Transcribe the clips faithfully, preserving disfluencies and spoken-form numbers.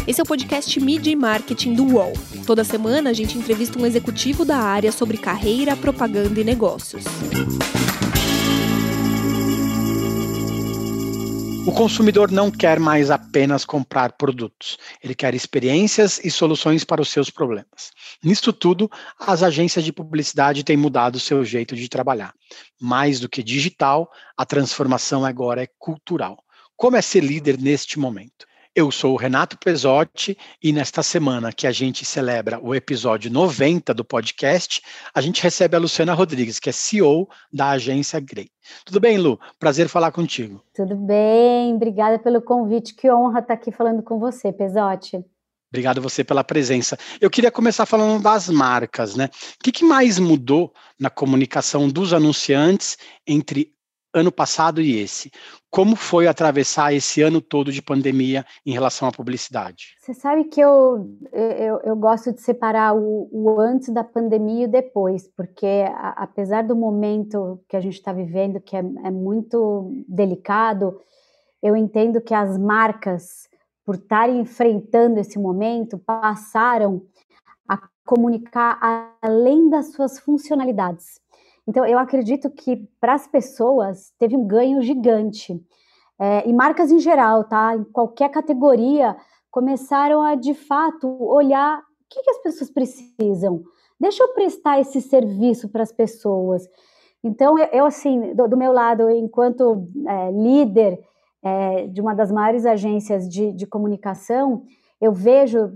Esse é o podcast Mídia e Marketing do U O L. Toda semana a gente entrevista um executivo da área sobre carreira, propaganda e negócios. O consumidor não quer mais apenas comprar produtos. Ele quer experiências e soluções para os seus problemas. Nisto tudo, as agências de publicidade têm mudado o seu jeito de trabalhar. Mais do que digital, a transformação agora é cultural. Como é ser líder neste momento? Eu sou o Renato Pesotti e nesta semana que a gente celebra o episódio noventa do podcast, a gente recebe a Luciana Rodrigues, que é C E O da agência Grey. Tudo bem, Lu? Prazer falar contigo. Tudo bem, obrigada pelo convite, que honra estar aqui falando com você, Pesotti. Obrigado você pela presença. Eu queria começar falando das marcas, né? O que, que mais mudou na comunicação dos anunciantes entre ano passado e esse? Como foi atravessar esse ano todo de pandemia em relação à publicidade? Você sabe que eu, eu, eu gosto de separar o, o antes da pandemia e o depois, porque a, apesar do momento que a gente está vivendo, que é, é muito delicado, eu entendo que as marcas, por estarem enfrentando esse momento, passaram a comunicar além das suas funcionalidades. Então, eu acredito que para as pessoas teve um ganho gigante. É, e marcas em geral, tá? Em qualquer categoria, começaram a, de fato, olhar o que, que as pessoas precisam. Deixa eu prestar esse serviço para as pessoas. Então, eu, eu assim, do, do meu lado, enquanto é, líder é, de uma das maiores agências de, de comunicação, eu vejo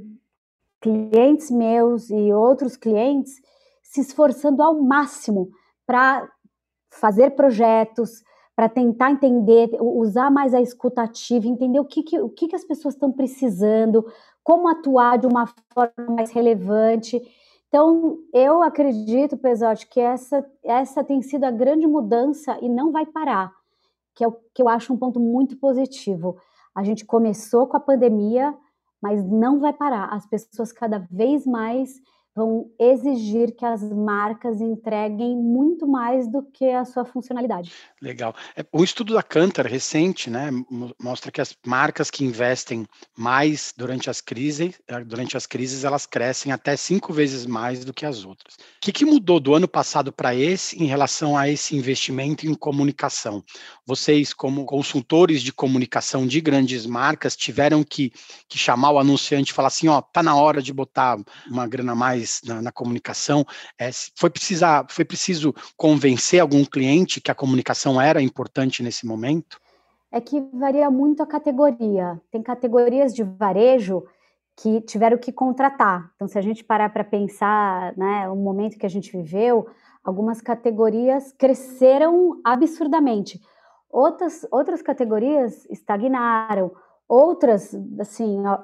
clientes meus e outros clientes se esforçando ao máximo para fazer projetos, para tentar entender, usar mais a escuta ativa, entender o que, que, o que, que as pessoas estão precisando, como atuar de uma forma mais relevante. Então, eu acredito, Pesotti, que essa, essa tem sido a grande mudança e não vai parar, que é o que eu acho um ponto muito positivo. A gente começou com a pandemia, mas não vai parar. As pessoas cada vez mais vão exigir que as marcas entreguem muito mais do que a sua funcionalidade. Legal. O estudo da Kantar, recente, né, mostra que as marcas que investem mais durante as crises, durante as crises, elas crescem até cinco vezes mais do que as outras. O que, que mudou do ano passado para esse em relação a esse investimento em comunicação? Vocês, como consultores de comunicação de grandes marcas, tiveram que, que chamar o anunciante e falar assim, ó, tá na hora de botar uma grana a mais Na, na comunicação, é, foi, precisar, foi preciso convencer algum cliente que a comunicação era importante nesse momento? É que varia muito a categoria. Tem categorias de varejo que tiveram que contratar. Então, se a gente parar para pensar, né, o momento que a gente viveu, algumas categorias cresceram absurdamente. Outras, outras categorias estagnaram. Outras, assim, ó,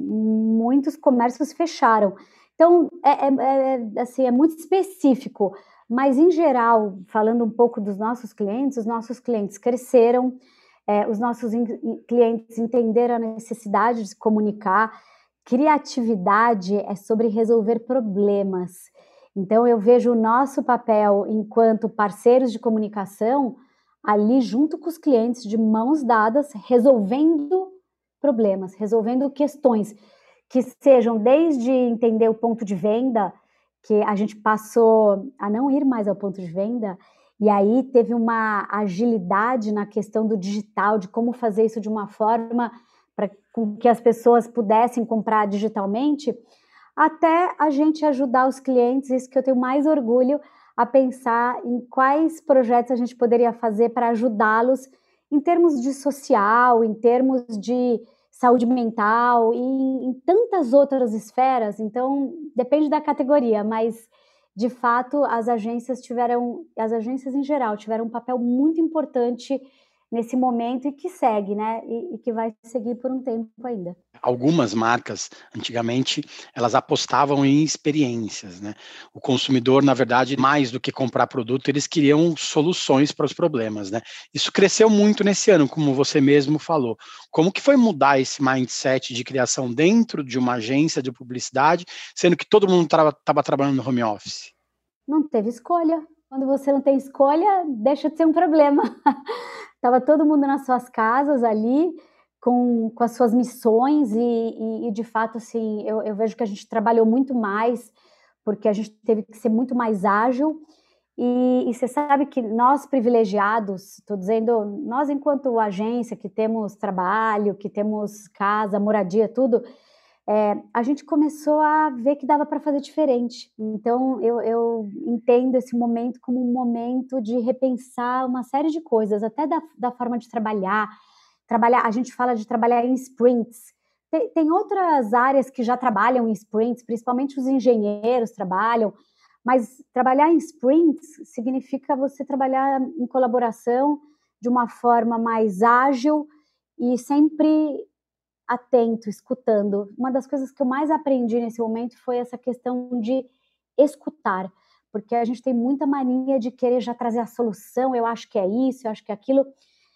muitos comércios fecharam. Então, é, é, é, assim, é muito específico, mas em geral, falando um pouco dos nossos clientes, os nossos clientes cresceram, é, os nossos in, clientes entenderam a necessidade de se comunicar. Criatividade é sobre resolver problemas. Então, eu vejo o nosso papel enquanto parceiros de comunicação ali junto com os clientes, de mãos dadas, resolvendo problemas, resolvendo questões que sejam desde entender o ponto de venda, que a gente passou a não ir mais ao ponto de venda, e aí teve uma agilidade na questão do digital, de como fazer isso de uma forma para que as pessoas pudessem comprar digitalmente, até a gente ajudar os clientes, isso que eu tenho mais orgulho, a pensar em quais projetos a gente poderia fazer para ajudá-los em termos de social, em termos de saúde mental e em, em tantas outras esferas. Então, depende da categoria, mas, de fato, as agências tiveram, as agências em geral, tiveram um papel muito importante nesse momento e que segue, né? E, e que vai seguir por um tempo ainda. Algumas marcas, antigamente, elas apostavam em experiências, né? O consumidor, na verdade, mais do que comprar produto, eles queriam soluções para os problemas, né? Isso cresceu muito nesse ano, como você mesmo falou. Como que foi mudar esse mindset de criação dentro de uma agência de publicidade, sendo que todo mundo estava trabalhando no home office? Não teve escolha. Quando você não tem escolha, deixa de ser um problema. Estava todo mundo nas suas casas ali, com, com as suas missões e, e, e de fato, assim, eu, eu vejo que a gente trabalhou muito mais, porque a gente teve que ser muito mais ágil. E, e você sabe que nós privilegiados, estou dizendo, nós enquanto agência que temos trabalho, que temos casa, moradia, tudo, é, a gente começou a ver que dava para fazer diferente. Então eu, eu entendo esse momento como um momento de repensar uma série de coisas, até da, da forma de trabalhar. Trabalhar, a gente fala de trabalhar em sprints. Tem, tem outras áreas que já trabalham em sprints, principalmente os engenheiros trabalham. Mas trabalhar em sprints significa você trabalhar em colaboração de uma forma mais ágil e sempre atento, escutando. Uma das coisas que eu mais aprendi nesse momento foi essa questão de escutar, porque a gente tem muita mania de querer já trazer a solução, eu acho que é isso, eu acho que é aquilo,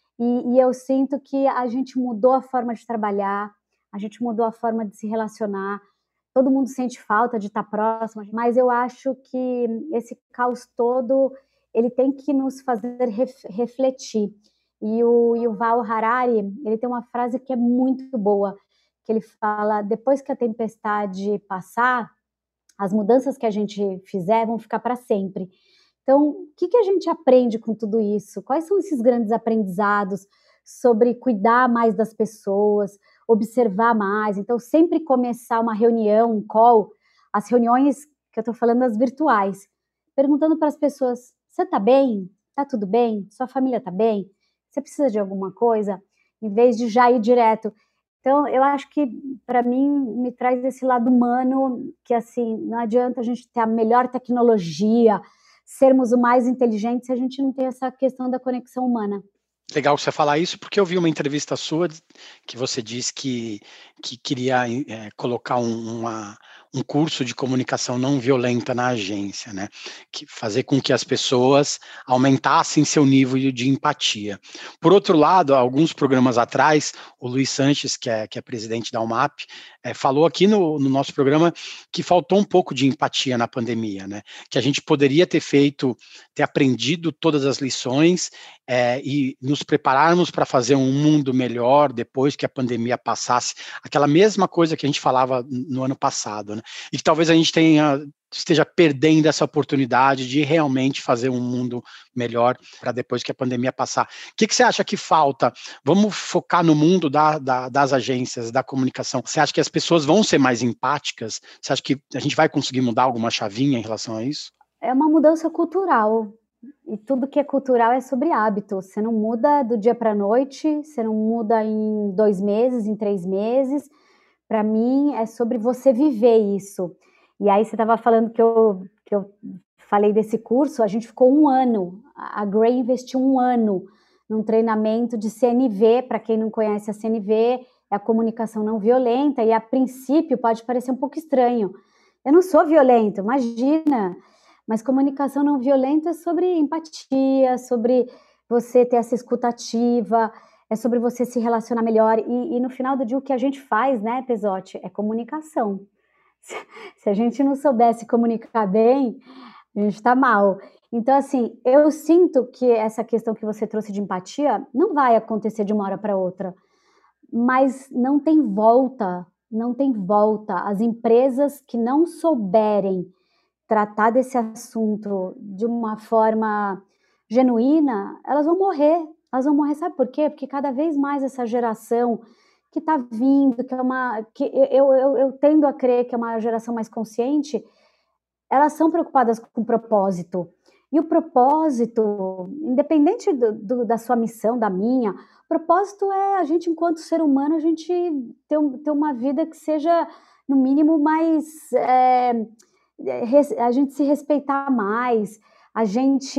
e, e eu sinto que a gente mudou a forma de trabalhar, a gente mudou a forma de se relacionar. Todo mundo sente falta de estar próximo, mas eu acho que esse caos todo, ele tem que nos fazer ref, refletir. E o Yuval Harari, ele tem uma frase que é muito boa, que ele fala, depois que a tempestade passar, as mudanças que a gente fizer vão ficar para sempre. Então, o que, que a gente aprende com tudo isso? Quais são esses grandes aprendizados sobre cuidar mais das pessoas, observar mais? Então, sempre começar uma reunião, um call, as reuniões que eu estou falando, as virtuais, perguntando para as pessoas, você está bem? Está tudo bem? Sua família está bem? Você precisa de alguma coisa? Em vez de já ir direto. Então, eu acho que, para mim, me traz esse lado humano, que, assim, não adianta a gente ter a melhor tecnologia, sermos o mais inteligentes se a gente não tem essa questão da conexão humana. Legal você falar isso, porque eu vi uma entrevista sua que você disse que, que queria é, colocar um, uma, um curso de comunicação não violenta na agência, né? Que fazer com que as pessoas aumentassem seu nível de empatia. Por outro lado, alguns programas atrás, o Luiz Sanches, que é, que é presidente da UMAP, é, falou aqui no, no nosso programa que faltou um pouco de empatia na pandemia, né? Que a gente poderia ter feito, ter aprendido todas as lições é, e nos prepararmos para fazer um mundo melhor depois que a pandemia passasse, aquela mesma coisa que a gente falava no ano passado, né? E que talvez a gente tenha, esteja perdendo essa oportunidade de realmente fazer um mundo melhor para depois que a pandemia passar. O que, que você acha que falta? Vamos focar no mundo da, da, das agências, da comunicação. Você acha que as pessoas vão ser mais empáticas? Você acha que a gente vai conseguir mudar alguma chavinha em relação a isso? É uma mudança cultural. E tudo que é cultural é sobre hábito. Você não muda do dia para a noite, você não muda em dois meses, em três meses. Para mim, é sobre você viver isso. E aí você estava falando que eu, que eu falei desse curso, a gente ficou um ano, a Grey investiu um ano num treinamento de C N V, para quem não conhece a C N V, é a comunicação não violenta, e a princípio pode parecer um pouco estranho. Eu não sou violento, imagina! Mas comunicação não violenta é sobre empatia, sobre você ter essa escutativa, é sobre você se relacionar melhor. E, e no final do dia, o que a gente faz, né, Pesotti, é comunicação. Se, se a gente não soubesse comunicar bem, a gente está mal. Então, assim, eu sinto que essa questão que você trouxe de empatia não vai acontecer de uma hora para outra. Mas não tem volta, não tem volta. As empresas que não souberem tratar desse assunto de uma forma genuína, elas vão morrer, elas vão morrer, sabe por quê? Porque cada vez mais essa geração que está vindo, que é uma, que eu, eu, eu tendo a crer que é uma geração mais consciente, elas são preocupadas com o propósito, e o propósito, independente do, do, da sua missão, da minha, o propósito é a gente, enquanto ser humano, a gente ter, ter uma vida que seja, no mínimo, mais... É, a gente se respeitar mais, a gente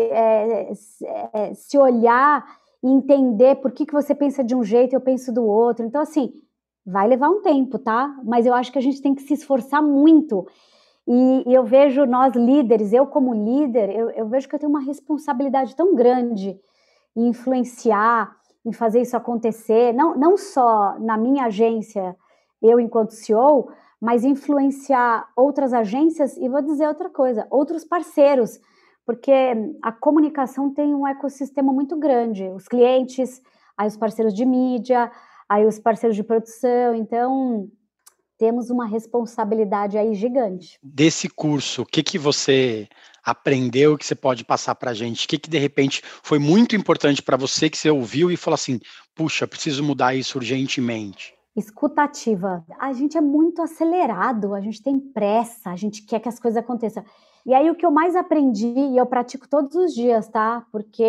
é, é, se olhar e entender por que, que você pensa de um jeito e eu penso do outro. Então, assim, vai levar um tempo, tá? Mas eu acho que a gente tem que se esforçar muito. E, e eu vejo nós líderes, eu como líder, eu, eu vejo que eu tenho uma responsabilidade tão grande em influenciar, em fazer isso acontecer, não, não só na minha agência, eu enquanto C E O, mas influenciar outras agências e vou dizer outra coisa, outros parceiros, porque a comunicação tem um ecossistema muito grande, os clientes, aí os parceiros de mídia, aí os parceiros de produção, então temos uma responsabilidade aí gigante. Desse curso, o que que você aprendeu que você pode passar para a gente? O que que de repente foi muito importante para você que você ouviu e falou assim, puxa, preciso mudar isso urgentemente? Escutativa. A gente é muito acelerado, a gente tem pressa, a gente quer que as coisas aconteçam. E aí o que eu mais aprendi, e eu pratico todos os dias, tá? Porque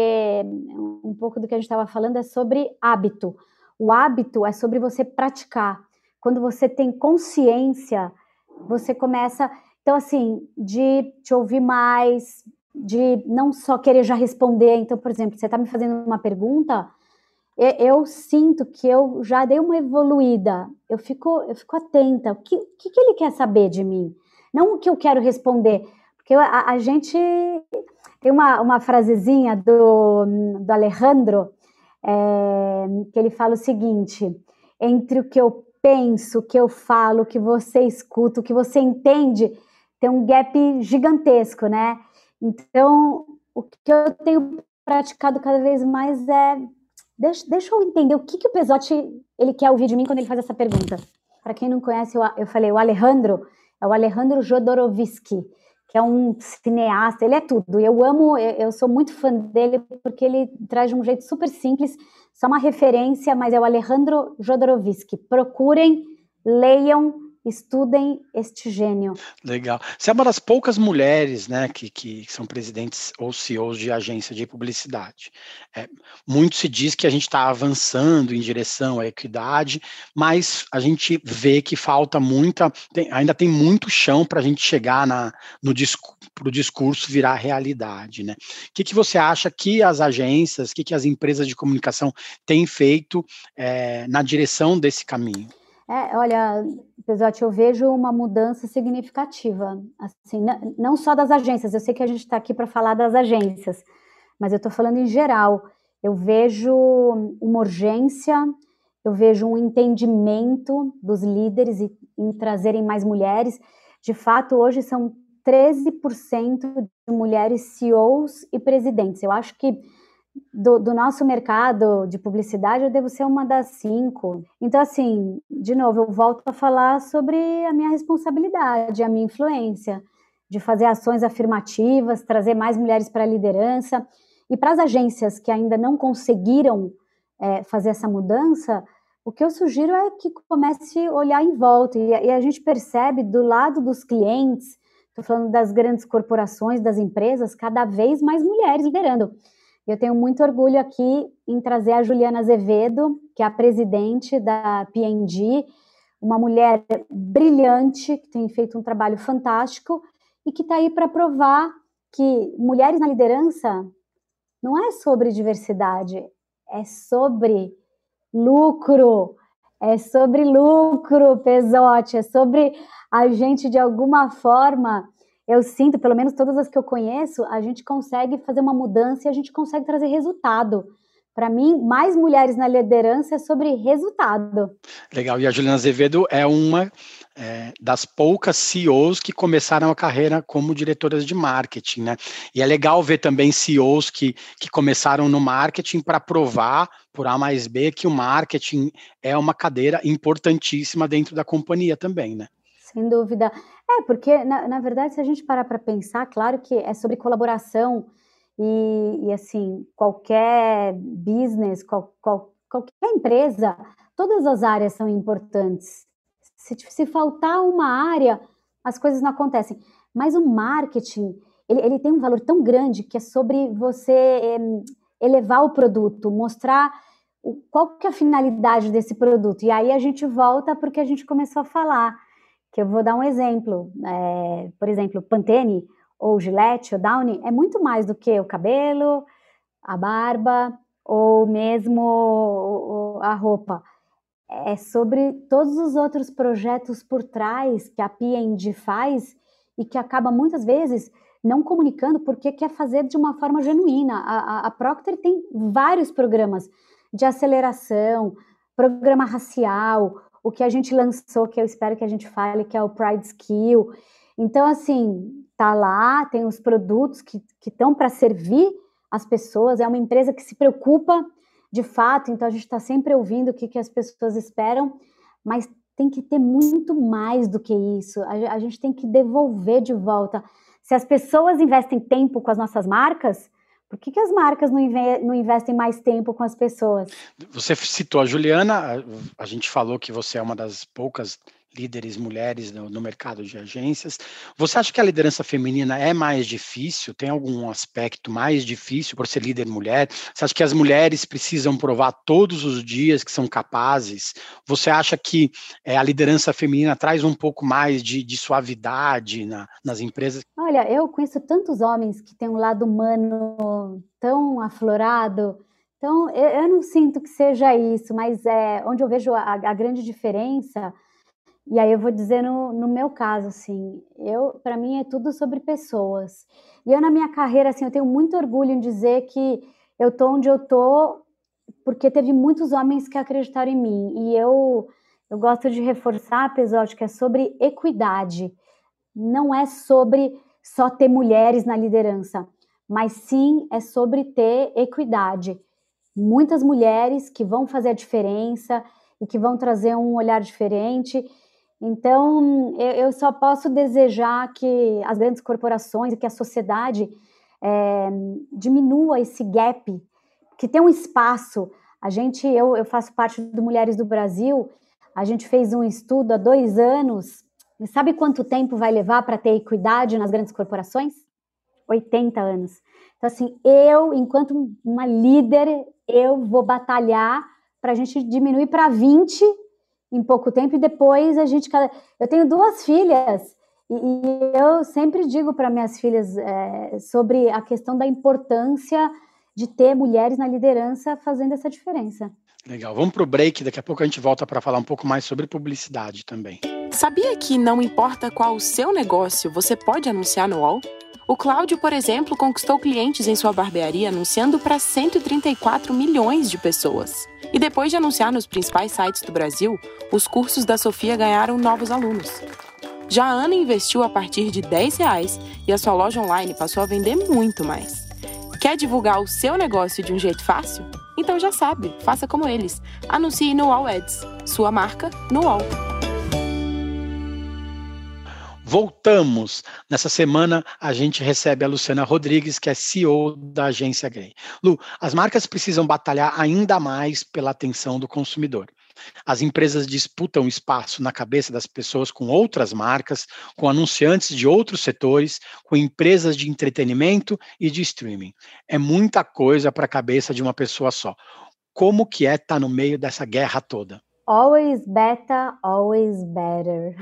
um pouco do que a gente estava falando é sobre hábito. O hábito é sobre você praticar. Quando você tem consciência, você começa... Então, assim, de te ouvir mais, de não só querer já responder. Então, por exemplo, você está me fazendo uma pergunta, eu, eu sinto que eu já dei uma evoluída. Eu fico, eu fico atenta. O que, o que ele quer saber de mim? Não o que eu quero responder. Porque a, a gente... Tem uma, uma frasezinha do, do Alejandro, é, que ele fala o seguinte, entre o que eu penso, o que eu falo, o que você escuta, o que você entende, tem um gap gigantesco, né? Então, o que eu tenho praticado cada vez mais é... Deixa, deixa eu entender o que, que o Pesotti ele quer ouvir de mim quando ele faz essa pergunta. Para quem não conhece, eu, eu falei, o Alejandro é o Alejandro Jodorowsky, que é um cineasta, ele é tudo. Eu amo, eu sou muito fã dele porque ele traz de um jeito super simples, só uma referência, mas é o Alejandro Jodorowsky. Procurem, leiam, estudem este gênio. Legal. Você é uma das poucas mulheres, né, que, que são presidentes ou C E Os de agência de publicidade. É, muito se diz que a gente está avançando em direção à equidade, mas a gente vê que falta muita, tem, ainda tem muito chão para a gente chegar na, no discurso, para o discurso virar realidade, né? O que, que você acha que as agências, o que, que as empresas de comunicação têm feito é, na direção desse caminho? É, olha, Pesotti, eu vejo uma mudança significativa, assim, não só das agências, eu sei que a gente está aqui para falar das agências, mas eu estou falando em geral. Eu vejo uma urgência, eu vejo um entendimento dos líderes em, em trazerem mais mulheres. De fato, hoje são treze por cento de mulheres C E Os e presidentes. Eu acho que Do, do nosso mercado de publicidade, eu devo ser uma das cinco. Então, assim, de novo, eu volto a falar sobre a minha responsabilidade, a minha influência, de fazer ações afirmativas, trazer mais mulheres para a liderança. E para as agências que ainda não conseguiram é, fazer essa mudança, o que eu sugiro é que comece a olhar em volta. E, e a gente percebe do lado dos clientes, estou falando das grandes corporações, das empresas, cada vez mais mulheres liderando. Eu tenho muito orgulho aqui em trazer a Juliana Azevedo, que é a presidente da P and G, uma mulher brilhante, que tem feito um trabalho fantástico e que está aí para provar que mulheres na liderança não é sobre diversidade, é sobre lucro, é sobre lucro, Pesotti, é sobre a gente, de alguma forma... Eu sinto, pelo menos todas as que eu conheço, a gente consegue fazer uma mudança e a gente consegue trazer resultado. Para mim, mais mulheres na liderança é sobre resultado. Legal, e a Juliana Azevedo é uma é, das poucas C E Os que começaram a carreira como diretoras de marketing, né? E é legal ver também C E Os que, que começaram no marketing para provar, por A mais B, que o marketing é uma cadeira importantíssima dentro da companhia também, né? Sem dúvida. É, porque, na, na verdade, se a gente parar para pensar, claro que é sobre colaboração e, e assim, qualquer business, qual, qual, qualquer empresa, todas as áreas são importantes. Se, se faltar uma área, as coisas não acontecem. Mas o marketing, ele, ele tem um valor tão grande que é sobre você é, elevar o produto, mostrar o, qual que é a finalidade desse produto. E aí a gente volta porque a gente começou a falar. Que eu vou dar um exemplo, é, por exemplo, Pantene, ou Gillette, ou Downy, é muito mais do que o cabelo, a barba, ou mesmo a roupa. É sobre todos os outros projetos por trás que a P and G faz e que acaba muitas vezes não comunicando porque quer fazer de uma forma genuína. A, a, a Procter tem vários programas de aceleração, programa racial, o que a gente lançou, que eu espero que a gente fale, que é o Pride Skill. Então, assim, tá lá, tem os produtos que estão para servir as pessoas, é uma empresa que se preocupa de fato, então a gente está sempre ouvindo o que, que as pessoas esperam, mas tem que ter muito mais do que isso. A, a gente tem que devolver de volta. Se as pessoas investem tempo com as nossas marcas, por que, que as marcas não, inve- não investem mais tempo com as pessoas? Você citou a Juliana, a, a gente falou que você é uma das poucas líderes mulheres no, no mercado de agências. Você acha que a liderança feminina é mais difícil? Tem algum aspecto mais difícil por ser líder mulher? Você acha que as mulheres precisam provar todos os dias que são capazes? Você acha que é, a liderança feminina traz um pouco mais de, de suavidade na, nas empresas? Olha, eu conheço tantos homens que têm um lado humano tão aflorado, então eu, eu não sinto que seja isso, mas é onde eu vejo a, a grande diferença. E aí eu vou dizer no, no meu caso, assim, eu, para mim é tudo sobre pessoas. E eu na minha carreira, assim, eu tenho muito orgulho em dizer que eu tô onde eu tô porque teve muitos homens que acreditaram em mim. E eu, eu gosto de reforçar, episódio, que é sobre equidade. Não é sobre só ter mulheres na liderança, mas sim é sobre ter equidade. Muitas mulheres que vão fazer a diferença e que vão trazer um olhar diferente. Então, eu só posso desejar que as grandes corporações e que a sociedade é, diminua esse gap, que tem um espaço. A gente, eu, eu faço parte do Mulheres do Brasil, a gente fez um estudo há dois anos, e sabe quanto tempo vai levar para ter equidade nas grandes corporações? oitenta anos. Então, assim, eu, enquanto uma líder, eu vou batalhar para a gente diminuir para vinte em pouco tempo, e depois a gente... Eu tenho duas filhas, e, e eu sempre digo para minhas filhas é, sobre a questão da importância de ter mulheres na liderança fazendo essa diferença. Legal, vamos para o break, daqui a pouco a gente volta para falar um pouco mais sobre publicidade também. Sabia que não importa qual o seu negócio, você pode anunciar no U O L? O Cláudio, por exemplo, conquistou clientes em sua barbearia anunciando para cento e trinta e quatro milhões de pessoas. E depois de anunciar nos principais sites do Brasil, os cursos da Sofia ganharam novos alunos. Já a Ana investiu a partir de dez reais e a sua loja online passou a vender muito mais. Quer divulgar o seu negócio de um jeito fácil? Então já sabe, faça como eles. Anuncie no U O L Ads. Sua marca no U O L. Voltamos. Nessa semana, a gente recebe a Luciana Rodrigues, que é C E O da Agência Grey. Lu, as marcas precisam batalhar ainda mais pela atenção do consumidor. As empresas disputam espaço na cabeça das pessoas com outras marcas, com anunciantes de outros setores, com empresas de entretenimento e de streaming. É muita coisa para a cabeça de uma pessoa só. Como que é estar no meio dessa guerra toda? Always better, always better.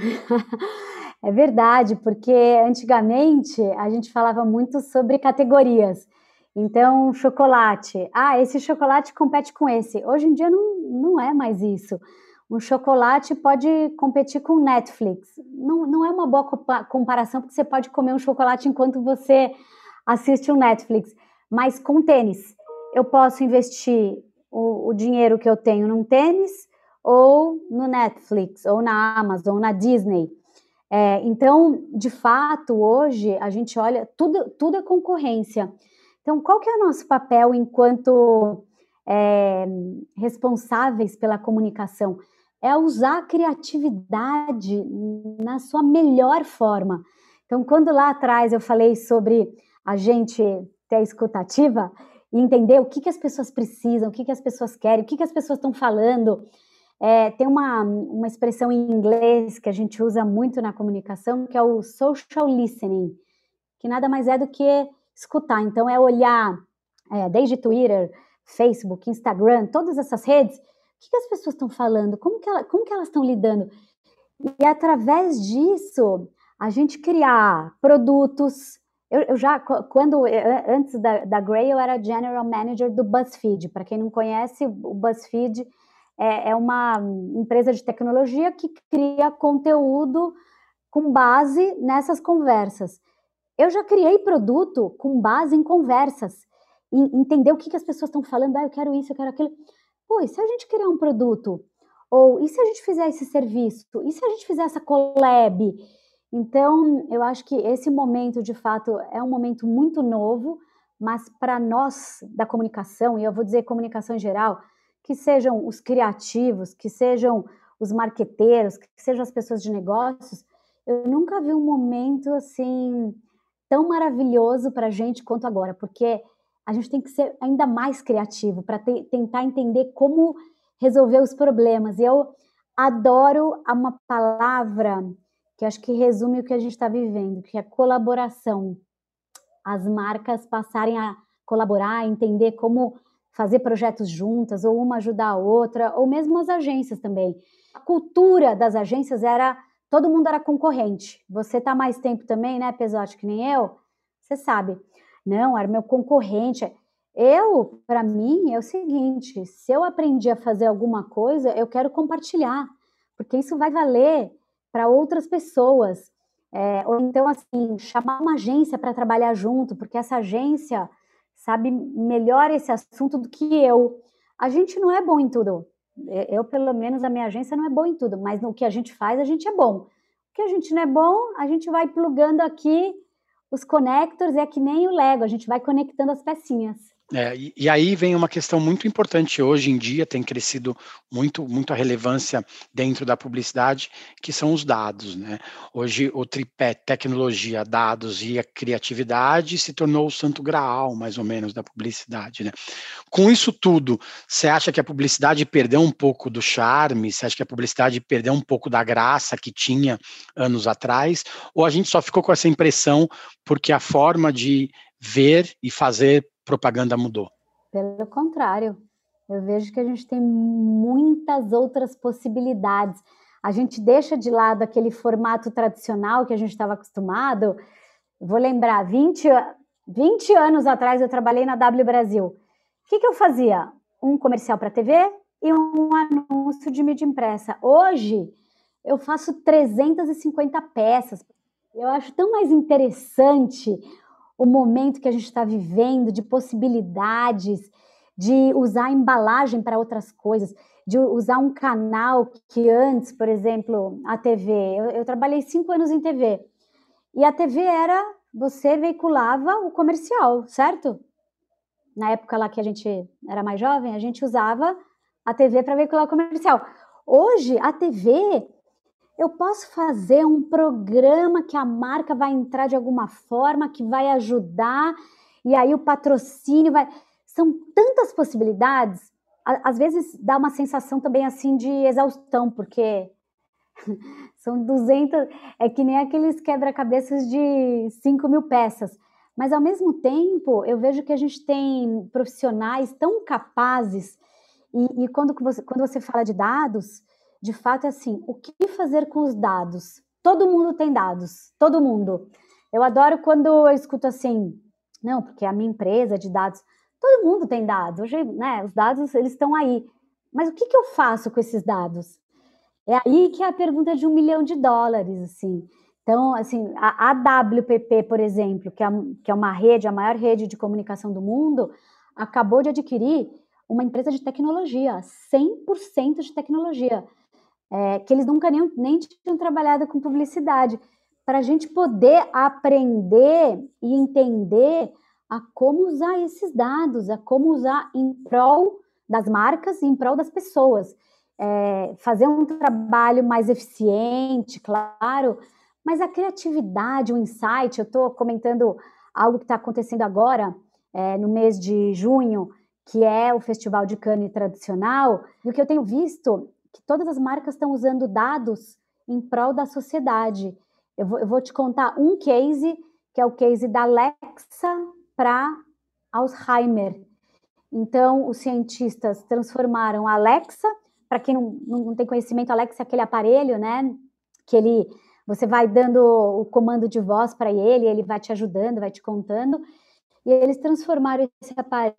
É verdade, porque antigamente a gente falava muito sobre categorias. Então, chocolate. Ah, esse chocolate compete com esse. Hoje em dia não, não é mais isso. Um chocolate pode competir com Netflix. Não, não é uma boa comparação, porque você pode comer um chocolate enquanto você assiste um Netflix. Mas com tênis, eu posso investir o, o dinheiro que eu tenho num tênis, ou no Netflix, ou na Amazon, ou na Disney. É, então, de fato, hoje a gente olha, tudo, tudo é concorrência. Então, qual que é o nosso papel enquanto é, responsáveis pela comunicação? É usar a criatividade na sua melhor forma. Então, quando lá atrás eu falei sobre a gente ter a escutativa e entender o que, que as pessoas precisam, o que, que as pessoas querem, o que, que as pessoas estão falando. É, tem uma, uma expressão em inglês que a gente usa muito na comunicação, que é o social listening, que nada mais é do que escutar. Então, é olhar é, desde Twitter, Facebook, Instagram, todas essas redes, o que, que as pessoas estão falando, como que, ela, como que elas estão lidando. E, através disso, a gente criar produtos. Eu, eu já, quando, antes da, da Grey, eu era General Manager do BuzzFeed. Para quem não conhece, o BuzzFeed é uma empresa de tecnologia que cria conteúdo com base nessas conversas. Eu já criei produto com base em conversas, em entender o que, que as pessoas estão falando, ah, eu quero isso, eu quero aquilo. Pô, e se a gente criar um produto? Ou e se a gente fizer esse serviço? E se a gente fizer essa collab? Então, eu acho que esse momento, de fato, é um momento muito novo mas para nós da comunicação, e eu vou dizer comunicação em geral, que sejam os criativos, que sejam os marqueteiros, que sejam as pessoas de negócios, eu nunca vi um momento assim tão maravilhoso para a gente quanto agora, porque a gente tem que ser ainda mais criativo para te- tentar entender como resolver os problemas. E eu adoro uma palavra que acho que resume o que a gente está vivendo, que é colaboração. As marcas passarem a colaborar, a entender como fazer projetos juntas, ou uma ajudar a outra, ou mesmo as agências também. A cultura das agências era, todo mundo era concorrente. Você está mais tempo também, né, Pesotti, que nem eu? Você sabe. Não, era meu concorrente. Eu, para mim, é o seguinte, se eu aprendi a fazer alguma coisa, eu quero compartilhar, porque isso vai valer para outras pessoas. É, ou então, assim, chamar uma agência para trabalhar junto, porque essa agência sabe melhor esse assunto do que eu. A gente não é bom em tudo. Eu, pelo menos, a minha agência não é boa em tudo, mas no que a gente faz, a gente é bom. O que a gente não é bom, a gente vai plugando aqui os connectors, é que nem o Lego, a gente vai conectando as pecinhas. É, e, e aí vem uma questão muito importante hoje em dia, tem crescido muito, muito a relevância dentro da publicidade, que são os dados, né? Hoje o tripé tecnologia, dados e a criatividade se tornou o santo graal, mais ou menos, da publicidade, né? Com isso tudo, você acha que a publicidade perdeu um pouco do charme? Você acha que a publicidade perdeu um pouco da graça que tinha anos atrás? Ou a gente só ficou com essa impressão porque a forma de ver e fazer propaganda mudou? Pelo contrário, eu vejo que a gente tem muitas outras possibilidades. A gente deixa de lado aquele formato tradicional que a gente estava acostumado. Vou lembrar, vinte, vinte anos atrás eu trabalhei na W Brasil. O que, que eu fazia? Um comercial para a T V e um anúncio de mídia impressa. Hoje, eu faço trezentas e cinquenta peças. Eu acho tão mais interessante o momento que a gente está vivendo, de possibilidades, de usar a embalagem para outras coisas, de usar um canal que antes, por exemplo, a T V, eu, eu trabalhei cinco anos em T V, e a T V era, você veiculava o comercial, certo? Na época lá que a gente era mais jovem, a gente usava a T V para veicular o comercial. Hoje, a T V... eu posso fazer um programa que a marca vai entrar de alguma forma, que vai ajudar, e aí o patrocínio vai... São tantas possibilidades, às vezes dá uma sensação também assim de exaustão, porque são duzentas... É que nem aqueles quebra-cabeças de cinco mil peças. Mas, ao mesmo tempo, eu vejo que a gente tem profissionais tão capazes, e, e quando, você, quando você fala de dados... de fato, é assim, o que fazer com os dados? Todo mundo tem dados, todo mundo. Eu adoro quando eu escuto assim, não, porque a minha empresa de dados, todo mundo tem dados, hoje, né, os dados, eles estão aí. Mas o que, que eu faço com esses dados? É aí que é a pergunta de um milhão de dólares, assim. Então, assim, a, a W P P, por exemplo, que é, que é uma rede, a maior rede de comunicação do mundo, acabou de adquirir uma empresa de tecnologia, cem por cento de tecnologia. É, que eles nunca nem, nem tinham trabalhado com publicidade, para a gente poder aprender e entender a como usar esses dados, a como usar em prol das marcas e em prol das pessoas. É, fazer um trabalho mais eficiente, claro, mas a criatividade, o insight, eu estou comentando algo que está acontecendo agora, é, no mês de junho, que é o Festival de Cannes tradicional, e o que eu tenho visto que todas as marcas estão usando dados em prol da sociedade. Eu vou, eu vou te contar um case, que é o case da Alexa para Alzheimer. Então, os cientistas transformaram a Alexa, para quem não, não tem conhecimento, a Alexa é aquele aparelho, né, que ele, você vai dando o comando de voz para ele, ele vai te ajudando, vai te contando, e eles transformaram esse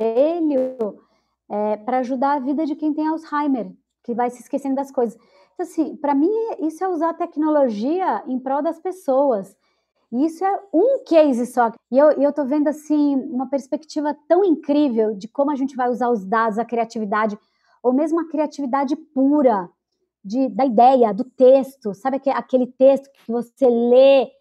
aparelho é, para ajudar a vida de quem tem Alzheimer, que vai se esquecendo das coisas. Então, assim, para mim, isso é usar a tecnologia em prol das pessoas. E isso é um case só. E eu, eu tô vendo, assim, uma perspectiva tão incrível de como a gente vai usar os dados, a criatividade, ou mesmo a criatividade pura, de, da ideia, do texto. Sabe aquele texto que você lê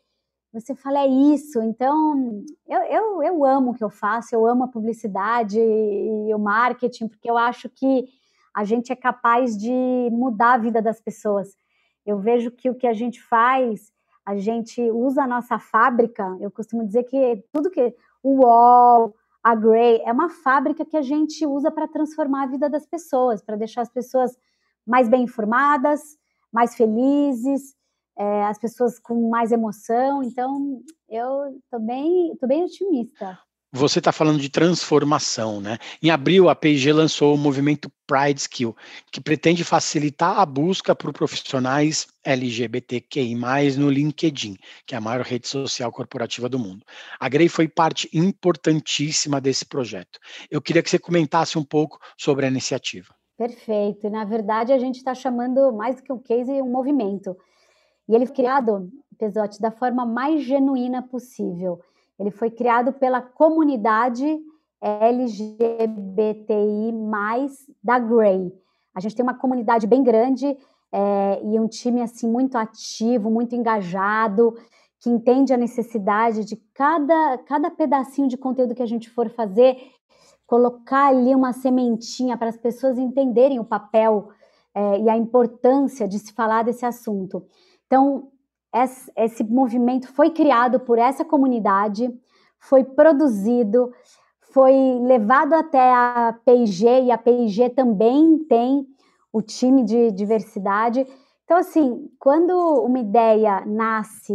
você fala, é isso. Então, eu, eu, eu amo o que eu faço, eu amo a publicidade e o marketing, porque eu acho que a gente é capaz de mudar a vida das pessoas. Eu vejo que o que a gente faz, a gente usa a nossa fábrica, eu costumo dizer que tudo que... O UOL, a Grey, é uma fábrica que a gente usa para transformar a vida das pessoas, para deixar as pessoas mais bem informadas, mais felizes, é, as pessoas com mais emoção. Então, eu estou bem, tô bem otimista. Você está falando de transformação, né? Em abril, a P e G lançou o movimento Pride Skill, que pretende facilitar a busca por profissionais L G B T Q I mais, no LinkedIn, que é a maior rede social corporativa do mundo. A Grey foi parte importantíssima desse projeto. Eu queria que você comentasse um pouco sobre a iniciativa. Perfeito. E, na verdade, a gente está chamando, mais do que um case, um movimento. E ele foi criado, Pesotti, da forma mais genuína possível. Ele foi criado pela comunidade L G B T I mais, da Grey. A gente tem uma comunidade bem grande é, e um time assim, muito ativo, muito engajado, que entende a necessidade de cada, cada pedacinho de conteúdo que a gente for fazer, colocar ali uma sementinha para as pessoas entenderem o papel é, e a importância de se falar desse assunto. Então, esse, esse movimento foi criado por essa comunidade, foi produzido, foi levado até a P e G, e a P e G também tem o time de diversidade. Então, assim, quando uma ideia nasce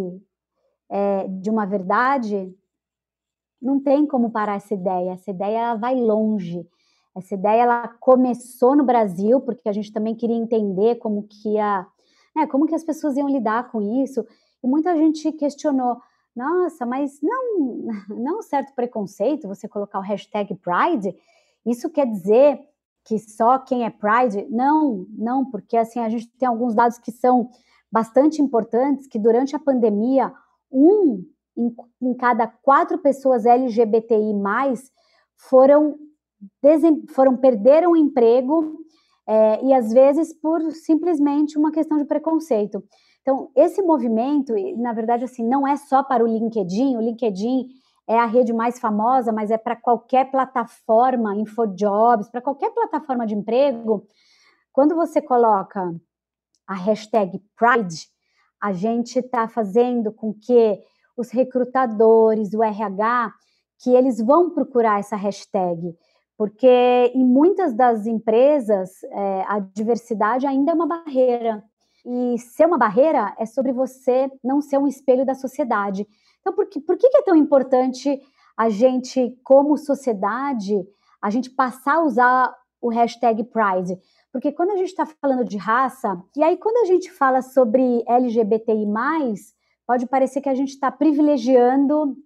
é, de uma verdade, não tem como parar essa ideia. Essa ideia ela vai longe. Essa ideia ela começou no Brasil, porque a gente também queria entender como que ia... É, como que as pessoas iam lidar com isso, e muita gente questionou, nossa, mas não, não um certo preconceito você colocar o hashtag Pride? Isso quer dizer que só quem é Pride? Não, não, porque assim, a gente tem alguns dados que são bastante importantes, que durante a pandemia, um em, em cada quatro pessoas L G B T I mais, foram, desem, foram perderam o emprego, É, e às vezes por simplesmente uma questão de preconceito. Então, esse movimento, na verdade, assim, não é só para o LinkedIn. O LinkedIn é a rede mais famosa, mas é para qualquer plataforma, InfoJobs, para qualquer plataforma de emprego. Quando você coloca a hashtag Pride, a gente está fazendo com que os recrutadores, o R H, que eles vão procurar essa hashtag, porque em muitas das empresas é, a diversidade ainda é uma barreira, e ser uma barreira é sobre você não ser um espelho da sociedade. Então, por que, por que é tão importante a gente, como sociedade, a gente passar a usar o hashtag Pride? Porque quando a gente está falando de raça, e aí quando a gente fala sobre L G B T I mais, pode parecer que a gente está privilegiando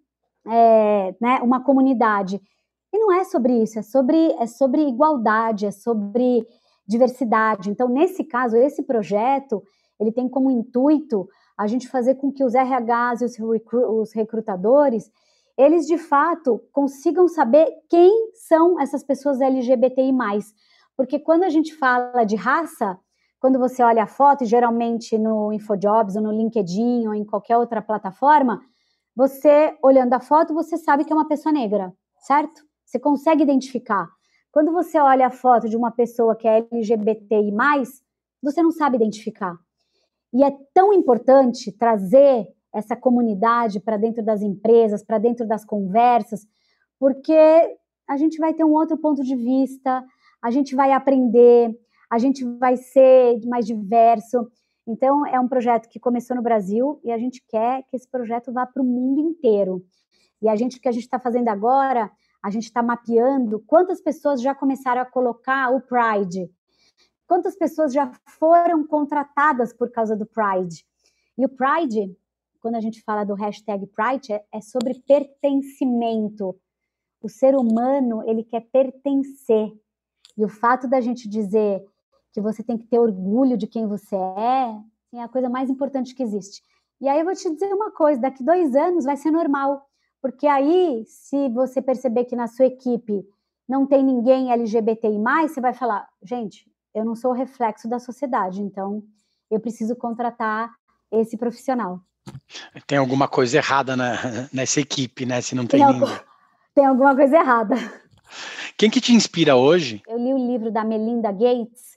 é, né, uma comunidade. E não é sobre isso, é sobre, é sobre igualdade, é sobre diversidade. Então, nesse caso, esse projeto, ele tem como intuito a gente fazer com que os R Hs e os, recru- os recrutadores, eles, de fato, consigam saber quem são essas pessoas L G B T I mais. Porque quando a gente fala de raça, quando você olha a foto, geralmente no InfoJobs, ou no LinkedIn, ou em qualquer outra plataforma, você, olhando a foto, você sabe que é uma pessoa negra, certo? Você consegue identificar. Quando você olha a foto de uma pessoa que é L G B T I mais, você não sabe identificar. E é tão importante trazer essa comunidade para dentro das empresas, para dentro das conversas, porque a gente vai ter um outro ponto de vista, a gente vai aprender, a gente vai ser mais diverso. Então, é um projeto que começou no Brasil e a gente quer que esse projeto vá para o mundo inteiro. E a gente, o que a gente está fazendo agora, a gente está mapeando quantas pessoas já começaram a colocar o Pride, quantas pessoas já foram contratadas por causa do Pride. E o Pride, quando a gente fala do hashtag Pride, é, é sobre pertencimento. O ser humano, ele quer pertencer. E o fato da gente dizer que você tem que ter orgulho de quem você é, é a coisa mais importante que existe. E aí eu vou te dizer uma coisa, daqui dois anos vai ser normal, porque aí, se você perceber que na sua equipe não tem ninguém L G B T I mais, você vai falar, gente, eu não sou o reflexo da sociedade, então eu preciso contratar esse profissional. Tem alguma coisa errada na, nessa equipe, né? Se não tem, tem ninguém. Algum, tem alguma coisa errada. Quem que te inspira hoje? Eu li o livro da Melinda Gates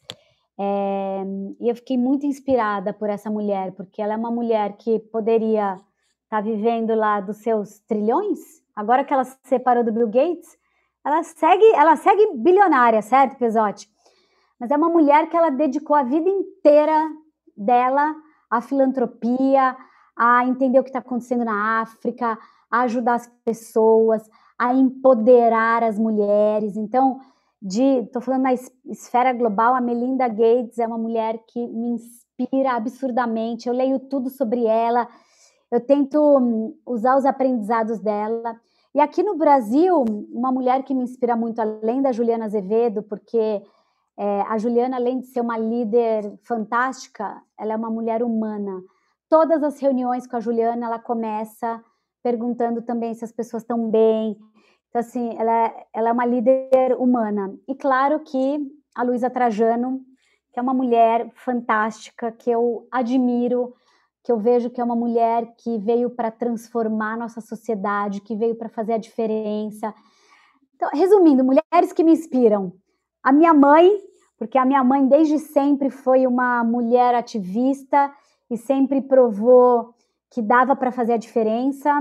é, e eu fiquei muito inspirada por essa mulher, porque ela é uma mulher que poderia estar vivendo lá dos seus trilhões. Agora que ela se separou do Bill Gates, ela segue, ela segue bilionária, certo, Pesotti? Mas é uma mulher que ela dedicou a vida inteira dela à filantropia, a entender o que está acontecendo na África, a ajudar as pessoas, a empoderar as mulheres. Então, estou falando na esfera global, a Melinda Gates é uma mulher que me inspira absurdamente. Eu leio tudo sobre ela, eu tento usar os aprendizados dela. E aqui no Brasil, uma mulher que me inspira muito, além da Juliana Azevedo, porque é, a Juliana, além de ser uma líder fantástica, ela é uma mulher humana. Todas as reuniões com a Juliana, ela começa perguntando também se as pessoas estão bem. Então, assim, ela é, ela é uma líder humana. E claro que a Luísa Trajano, que é uma mulher fantástica, que eu admiro, que eu vejo que é uma mulher que veio para transformar a nossa sociedade, que veio para fazer a diferença. Então, resumindo, mulheres que me inspiram. A minha mãe, porque a minha mãe desde sempre foi uma mulher ativista e sempre provou que dava para fazer a diferença.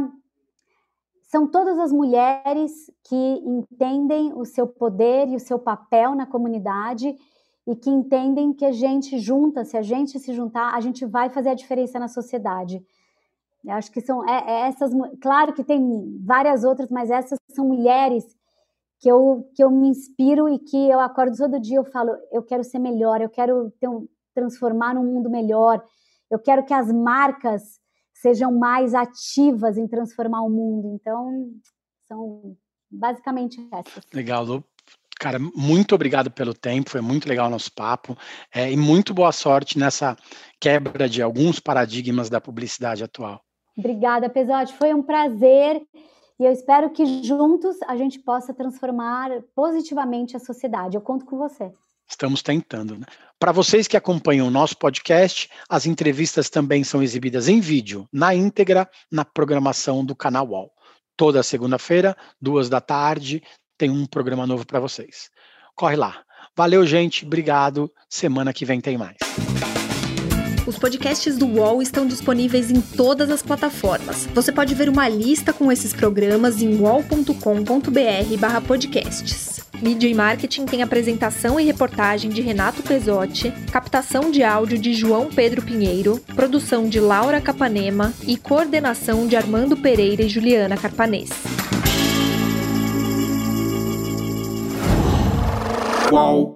São todas as mulheres que entendem o seu poder e o seu papel na comunidade e que entendem que a gente junta, se a gente se juntar, a gente vai fazer a diferença na sociedade. Eu acho que são é, é essas, claro que tem várias outras, mas essas são mulheres que eu, que eu me inspiro e que eu acordo todo dia, eu falo, eu quero ser melhor, eu quero ter um, transformar num mundo melhor, eu quero que as marcas sejam mais ativas em transformar o mundo. Então, são basicamente essas. Legal, Lu. Cara, muito obrigado pelo tempo, foi muito legal o nosso papo, é, e muito boa sorte nessa quebra de alguns paradigmas da publicidade atual. Obrigada, Pesotti, foi um prazer, e eu espero que juntos a gente possa transformar positivamente a sociedade. Eu conto com você. Estamos tentando, né? Para vocês que acompanham o nosso podcast, as entrevistas também são exibidas em vídeo, na íntegra, na programação do canal U O L. Toda segunda-feira, duas da tarde, tem um programa novo para vocês. Corre lá. Valeu, gente. Obrigado. Semana que vem tem mais. Os podcasts do U O L estão disponíveis em todas as plataformas. Você pode ver uma lista com esses programas em uol ponto com ponto br barra podcasts. Mídia e Marketing tem apresentação e reportagem de Renato Pesotti, captação de áudio de João Pedro Pinheiro, produção de Laura Capanema e coordenação de Armando Pereira e Juliana Carpanês. U O L